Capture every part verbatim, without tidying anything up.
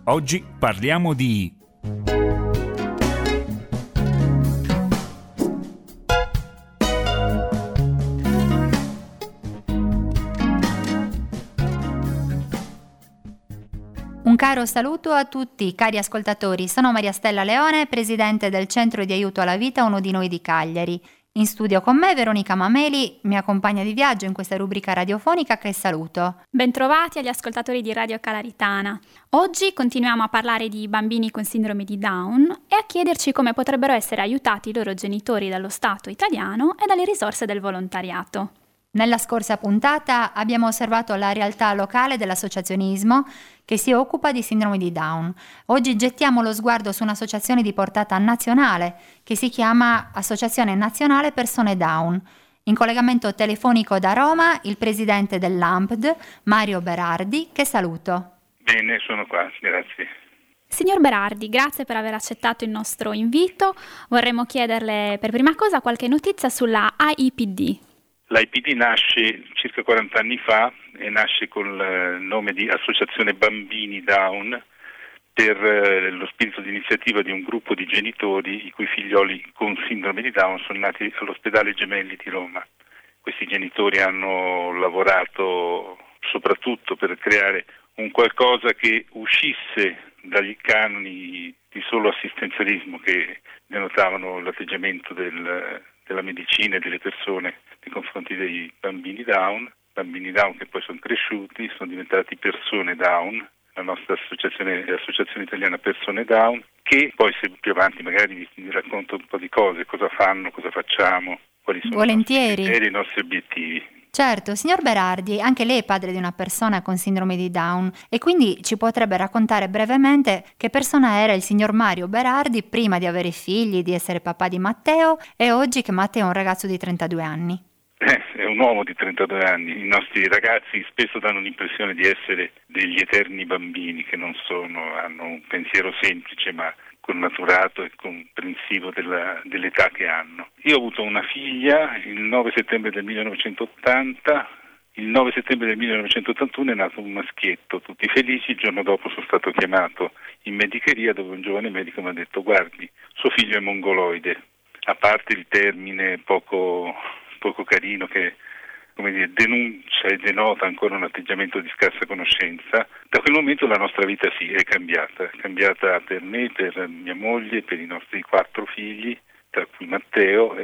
Oggi parliamo di... Un caro saluto a tutti, cari ascoltatori. Sono Maria Stella Leone, presidente del Centro di Aiuto alla Vita Uno di Noi di Cagliari. In studio con me Veronica Mameli, mia compagna di viaggio in questa rubrica radiofonica che saluto. Bentrovati agli ascoltatori di Radio Calaritana. Oggi continuiamo a parlare di bambini con sindrome di Down e a chiederci come potrebbero essere aiutati i loro genitori dallo Stato italiano e dalle risorse del volontariato. Nella scorsa puntata abbiamo osservato la realtà locale dell'associazionismo che si occupa di sindrome di Down. Oggi gettiamo lo sguardo su un'associazione di portata nazionale che si chiama Associazione Nazionale Persone Down. In collegamento telefonico da Roma il presidente dell'A M P D, Mario Berardi, che saluto. Bene, sono qua, grazie. Signor Berardi, grazie per aver accettato il nostro invito. Vorremmo chiederle per prima cosa qualche notizia sulla A I P D. L'A I P D nasce circa quaranta anni fa e nasce con il nome di Associazione Bambini Down per lo spirito di iniziativa di un gruppo di genitori i cui figlioli con sindrome di Down sono nati all'ospedale Gemelli di Roma. Questi genitori hanno lavorato soprattutto per creare un qualcosa che uscisse dagli canoni di solo assistenzialismo che denotavano l'atteggiamento del, della medicina e delle persone nei confronti dei bambini Down, bambini Down che poi sono cresciuti, sono diventati persone Down, la nostra associazione è l'Associazione Italiana Persone Down, che poi se più avanti magari vi, vi racconto un po' di cose, cosa fanno, cosa facciamo, quali sono Volentieri. i nostri criteri e i nostri obiettivi. Certo, signor Berardi, anche lei è padre di una persona con sindrome di Down e quindi ci potrebbe raccontare brevemente che persona era il signor Mario Berardi prima di avere figli, di essere papà di Matteo e oggi che Matteo è un ragazzo di trentadue anni. Eh, è un uomo di trentadue anni. I nostri ragazzi spesso danno l'impressione di essere degli eterni bambini che non sono, hanno un pensiero semplice ma connaturato e comprensivo della, dell'età che hanno. Io ho avuto una figlia il nove settembre del millenovecentottanta, il nove settembre del millenovecentottantuno è nato un maschietto, tutti felici. Il giorno dopo sono stato chiamato in medicheria dove un giovane medico mi ha detto: guardi, suo figlio è mongoloide, a parte il termine poco, poco carino che come dire, denuncia e denota ancora un atteggiamento di scarsa conoscenza. Da quel momento la nostra vita sì è cambiata, è cambiata per me, per mia moglie, per i nostri quattro figli, tra cui Matteo.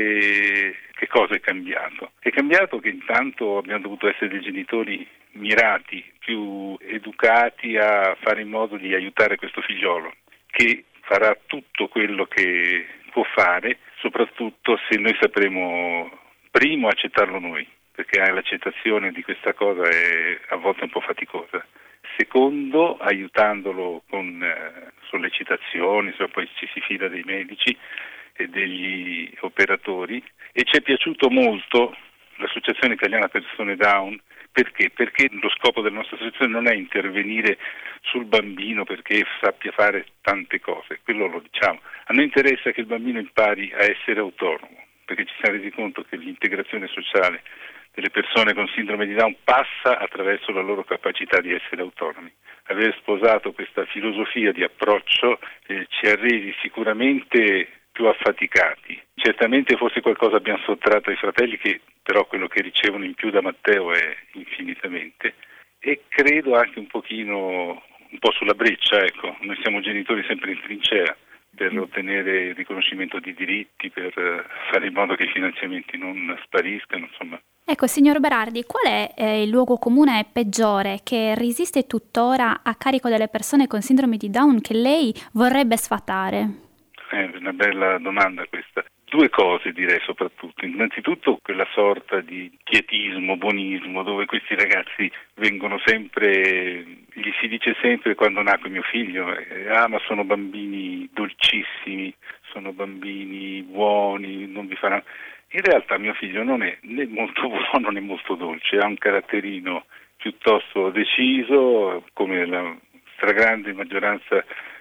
E che cosa è cambiato? È cambiato che intanto abbiamo dovuto essere dei genitori mirati, più educati a fare in modo di aiutare questo figliolo, che farà tutto quello che può fare, soprattutto se noi sapremo primo accettarlo noi, perché l'accettazione di questa cosa è a volte un po' faticosa. Secondo, aiutandolo con eh, sollecitazioni, insomma, poi ci si fida dei medici e degli operatori. E ci è piaciuto molto l'Associazione Italiana Persone Down. Perché? Perché lo scopo della nostra associazione non è intervenire sul bambino perché sappia fare tante cose, quello lo diciamo. A noi interessa che il bambino impari a essere autonomo, perché ci siamo resi conto che l'integrazione sociale delle persone con sindrome di Down passa attraverso la loro capacità di essere autonomi. Aver sposato questa filosofia di approccio eh, ci ha resi sicuramente più affaticati. Certamente forse qualcosa abbiamo sottratto ai fratelli, che però quello che ricevono in più da Matteo è infinitamente, e credo anche un pochino, un po' sulla breccia, ecco. Noi siamo genitori sempre in trincea per ottenere il riconoscimento di diritti, per fare in modo che i finanziamenti non spariscano, insomma. Ecco, signor Berardi, qual è eh, il luogo comune peggiore che resiste tuttora a carico delle persone con sindrome di Down che lei vorrebbe sfatare? È una bella domanda questa. Due cose direi soprattutto. Innanzitutto quella sorta di pietismo, buonismo, dove questi ragazzi vengono sempre, gli si dice sempre quando nacque mio figlio, eh, ah ma sono bambini dolcissimi, sono bambini buoni, non vi faranno... In realtà mio figlio non è né molto buono né molto dolce, ha un caratterino piuttosto deciso, come la stragrande maggioranza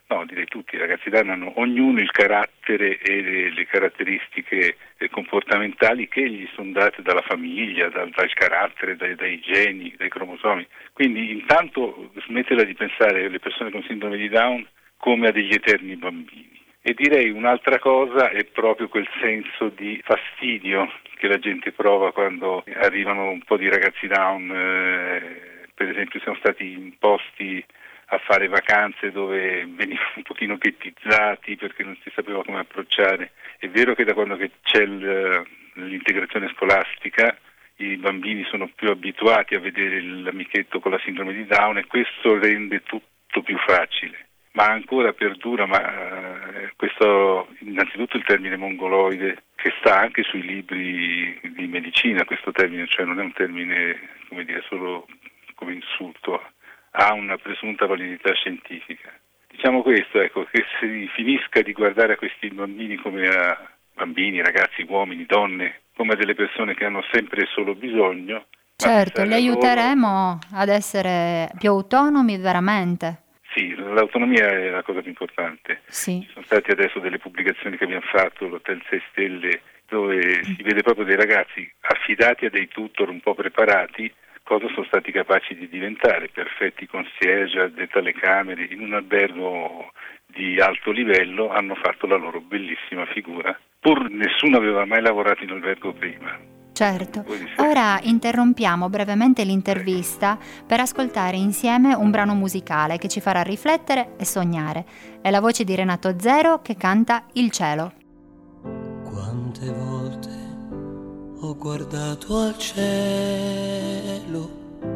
no, direi tutti i ragazzi Down hanno ognuno il carattere e le, le caratteristiche eh, comportamentali che gli sono date dalla famiglia, dal, dal carattere, dai, dai geni, dai cromosomi. Quindi intanto smetterla di pensare alle persone con sindrome di Down come a degli eterni bambini. E direi un'altra cosa è proprio quel senso di fastidio che la gente prova quando arrivano un po' di ragazzi Down, eh, per esempio siamo stati in posti a fare vacanze dove venivano un pochino ghettizzati perché non si sapeva come approcciare. È vero che da quando che c'è il, l'integrazione scolastica i bambini sono più abituati a vedere l'amichetto con la sindrome di Down e questo rende tutto più facile, ma ancora perdura, ma eh, questo innanzitutto il termine mongoloide che sta anche sui libri di medicina, questo termine, cioè non è un termine, come dire, solo come insulto, ha una presunta validità scientifica. Diciamo questo, ecco, che si finisca di guardare a questi bambini come a bambini, ragazzi, uomini, donne, come a delle persone che hanno sempre solo bisogno. Certo, li aiuteremo ad essere più autonomi veramente. Sì, l'autonomia è la cosa più importante. Sì. Ci sono state adesso delle pubblicazioni che abbiamo fatto, l'Hotel sei Stelle, dove si vede proprio dei ragazzi affidati a dei tutor un po' preparati, cosa sono stati capaci di diventare, perfetti concierge, addetti alle camere, in un albergo di alto livello hanno fatto la loro bellissima figura, pur nessuno aveva mai lavorato in albergo prima. Certo, ora interrompiamo brevemente l'intervista per ascoltare insieme un brano musicale che ci farà riflettere e sognare. È la voce di Renato Zero che canta Il cielo. Quante volte ho guardato al cielo,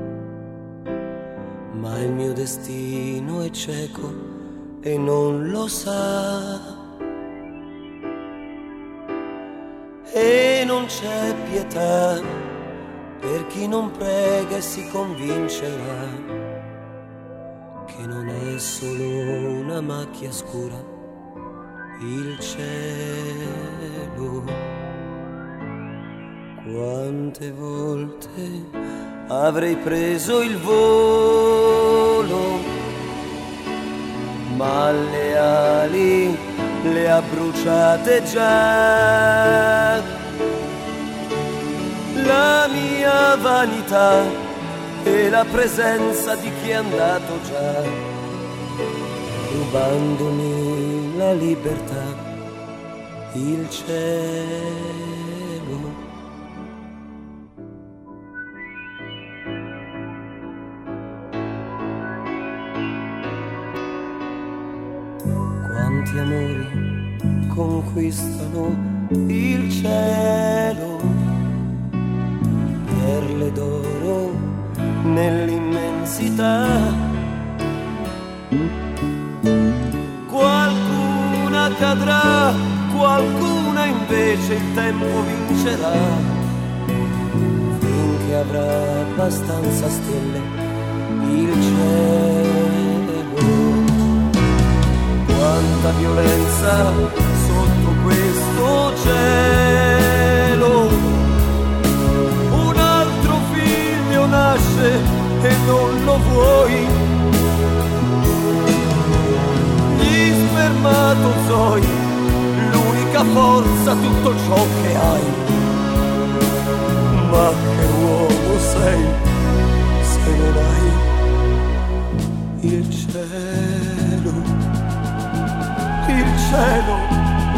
ma il mio destino è cieco e non lo sa. E non c'è pietà per chi non prega e si convincerà che non è solo una macchia scura il cielo. Quante volte avrei preso il volo, ma le ali le ha bruciate già. La mia vanità e la presenza di chi è andato già, rubandomi la libertà, il cielo. Quanti amori conquistano il cielo, perle d'oro nell'immensità. Qualcuna cadrà, qualcuna invece il tempo vincerà, finché avrà abbastanza stelle il cielo. Quanta violenza sotto questo cielo, un altro figlio nasce e non lo vuoi, gli spermatozoi, l'unica forza, tutto ciò che hai. Ma che uomo sei se non hai il cielo, il cielo.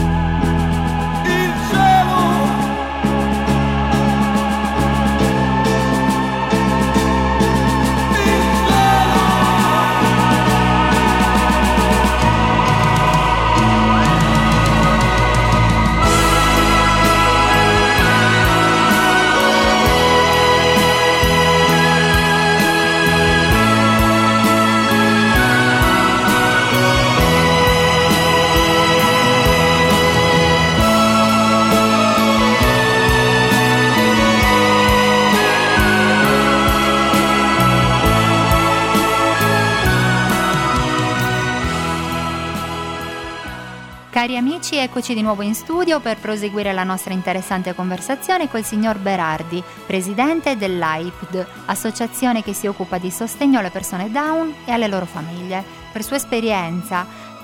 Cari amici, eccoci di nuovo in studio per proseguire la nostra interessante conversazione col signor Berardi, presidente dell'A I P D, associazione che si occupa di sostegno alle persone Down e alle loro famiglie. Per sua esperienza,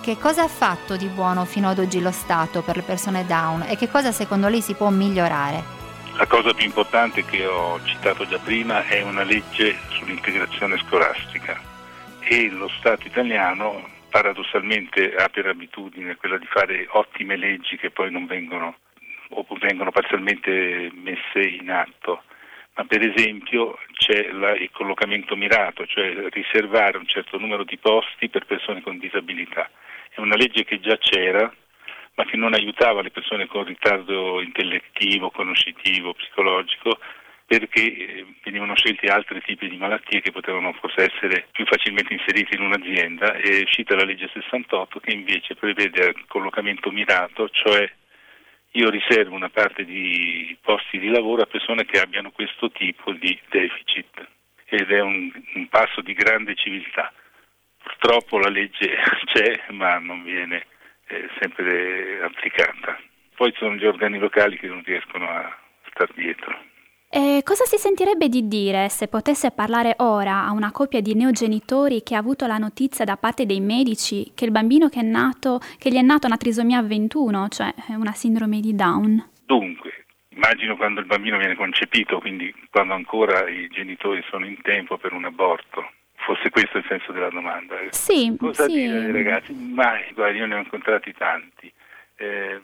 che cosa ha fatto di buono fino ad oggi lo Stato per le persone Down e che cosa secondo lei si può migliorare? La cosa più importante che ho citato già prima è una legge sull'integrazione scolastica e lo Stato italiano paradossalmente ha per abitudine quella di fare ottime leggi che poi non vengono o vengono parzialmente messe in atto. Ma per esempio c'è la, il collocamento mirato, cioè riservare un certo numero di posti per persone con disabilità. È una legge che già c'era, ma che non aiutava le persone con ritardo intellettivo, conoscitivo, psicologico, perché venivano scelti altri tipi di malattie che potevano forse essere più facilmente inseriti in un'azienda. È uscita la legge sessantotto che invece prevede il collocamento mirato, cioè io riservo una parte di posti di lavoro a persone che abbiano questo tipo di deficit ed è un, un passo di grande civiltà. Purtroppo la legge c'è ma non viene eh, sempre applicata. Poi ci sono gli organi locali che non riescono a star dietro. E cosa si sentirebbe di dire se potesse parlare ora a una coppia di neogenitori che ha avuto la notizia da parte dei medici che il bambino che è nato, che gli è nato una trisomia ventuno, cioè una sindrome di Down? Dunque, immagino quando il bambino viene concepito, quindi quando ancora i genitori sono in tempo per un aborto. Forse questo è il senso della domanda. Sì, Cosa sì. dire ai ragazzi? Ma guarda, io ne ho incontrati tanti. Eh,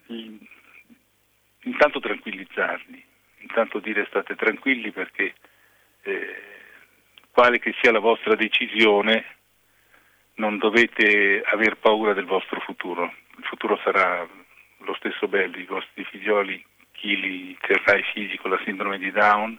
intanto tranquillizzarli. Intanto dire state tranquilli perché eh, quale che sia la vostra decisione non dovete aver paura del vostro futuro. Il futuro sarà lo stesso bello, i vostri figlioli, chi li terrà i figli con la sindrome di Down,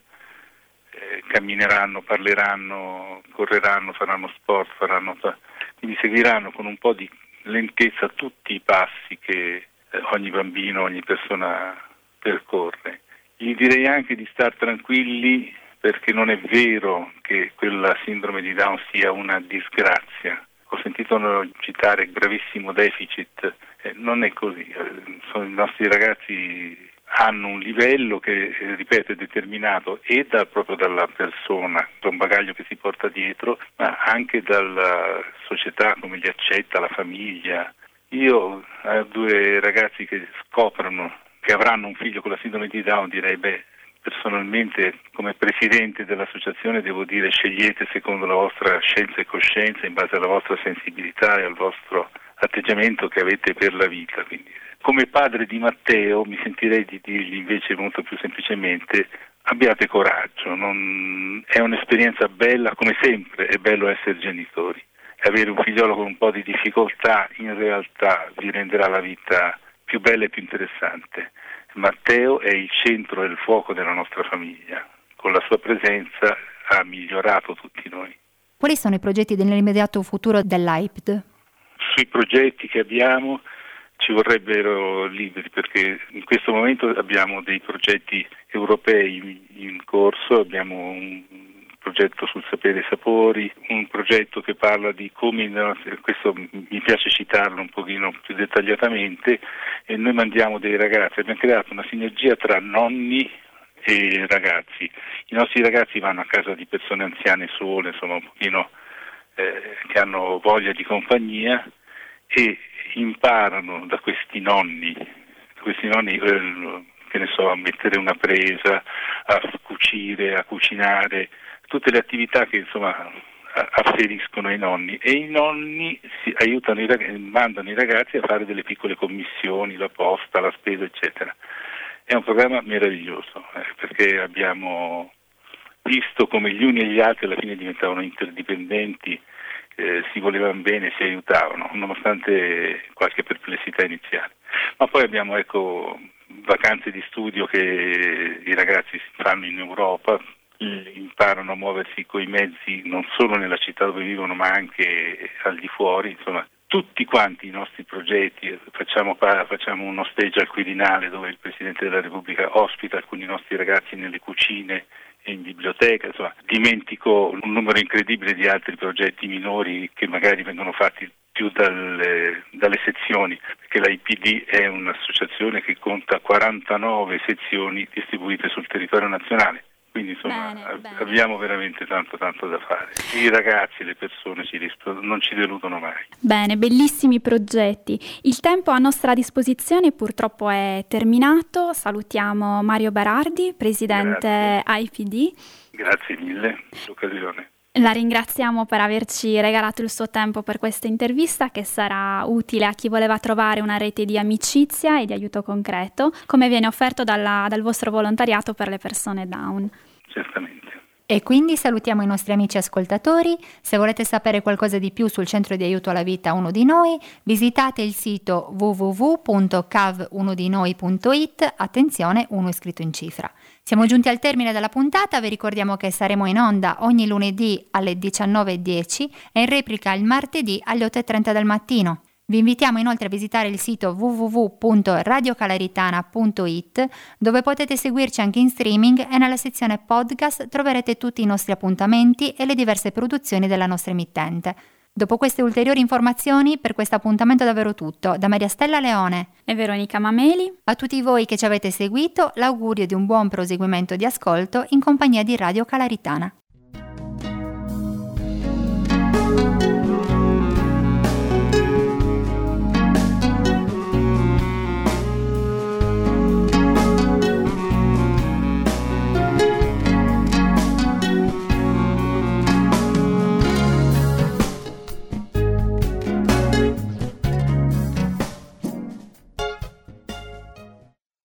eh, cammineranno, parleranno, correranno, faranno sport, faranno, quindi seguiranno con un po' di lentezza tutti i passi che eh, ogni bambino, ogni persona percorre. Gli direi anche di star tranquilli perché non è vero che quella sindrome di Down sia una disgrazia. Ho sentito citare il gravissimo deficit, eh, non è così. Eh, sono, i nostri ragazzi hanno un livello che, eh, ripeto, è determinato e da, proprio dalla persona, da un bagaglio che si porta dietro, ma anche dalla società, come li accetta, la famiglia. Io ho eh, due ragazzi che scoprono che avranno un figlio con la sindrome di Down, direi, beh, personalmente come presidente dell'associazione devo dire scegliete secondo la vostra scienza e coscienza, in base alla vostra sensibilità e al vostro atteggiamento che avete per la vita. Quindi, come padre di Matteo mi sentirei di dirgli invece molto più semplicemente abbiate coraggio, non... è un'esperienza bella, come sempre è bello essere genitori. E avere un figliolo con un po' di difficoltà in realtà vi renderà la vita più bella e più interessante. Matteo è il centro e il fuoco della nostra famiglia. Con la sua presenza ha migliorato tutti noi. Quali sono i progetti nell'immediato futuro dell'A I P D? Sui progetti che abbiamo ci vorrebbero libri perché in questo momento abbiamo dei progetti europei in corso, abbiamo un progetto sul sapere e sapori, un progetto che parla di come, questo mi piace citarlo un pochino più dettagliatamente, e noi mandiamo dei ragazzi, abbiamo creato una sinergia tra nonni e ragazzi. I nostri ragazzi vanno a casa di persone anziane sole, insomma un pochino eh, che hanno voglia di compagnia e imparano da questi nonni, da questi nonni eh, che ne so, a mettere una presa, a cucire, a cucinare, tutte le attività che insomma afferiscono ai nonni, e i nonni si aiutano i ragazzi, mandano i ragazzi a fare delle piccole commissioni, la posta, la spesa, eccetera. È un programma meraviglioso eh, perché abbiamo visto come gli uni e gli altri alla fine diventavano interdipendenti, eh, si volevano bene, si aiutavano, nonostante qualche perplessità iniziale. Ma poi abbiamo ecco vacanze di studio che i ragazzi fanno in Europa, imparano a muoversi coi mezzi non solo nella città dove vivono ma anche al di fuori, insomma tutti quanti i nostri progetti, facciamo, facciamo uno stage al Quirinale dove il Presidente della Repubblica ospita alcuni nostri ragazzi nelle cucine e in biblioteca, insomma dimentico un numero incredibile di altri progetti minori che magari vengono fatti più dalle, dalle sezioni, perché la I P D è un'associazione che conta quarantanove sezioni distribuite sul territorio nazionale. Quindi insomma bene, bene. abbiamo veramente tanto tanto da fare. I ragazzi, le persone ci risp- non ci deludono mai. Bene, bellissimi progetti. Il tempo a nostra disposizione purtroppo è terminato. Salutiamo Mario Berardi, presidente Grazie. I P D. Grazie mille per l'occasione. La ringraziamo per averci regalato il suo tempo per questa intervista, che sarà utile a chi voleva trovare una rete di amicizia e di aiuto concreto, come viene offerto dalla, dal vostro volontariato per le persone Down. Certamente. E quindi salutiamo i nostri amici ascoltatori. Se volete sapere qualcosa di più sul Centro di Aiuto alla Vita Uno di Noi, visitate il sito w w w punto cav uno di noi punto it, attenzione, uno è scritto in cifra. Siamo giunti al termine della puntata, vi ricordiamo che saremo in onda ogni lunedì alle diciannove e dieci e in replica il martedì alle otto e trenta del mattino. Vi invitiamo inoltre a visitare il sito w w w punto radio calaritana punto it, dove potete seguirci anche in streaming, e nella sezione podcast troverete tutti i nostri appuntamenti e le diverse produzioni della nostra emittente. Dopo queste ulteriori informazioni, per questo appuntamento è davvero tutto. Da Maria Stella Leone E Veronica Mameli. a tutti voi che ci avete seguito, l'augurio di un buon proseguimento di ascolto in compagnia di Radio Calaritana.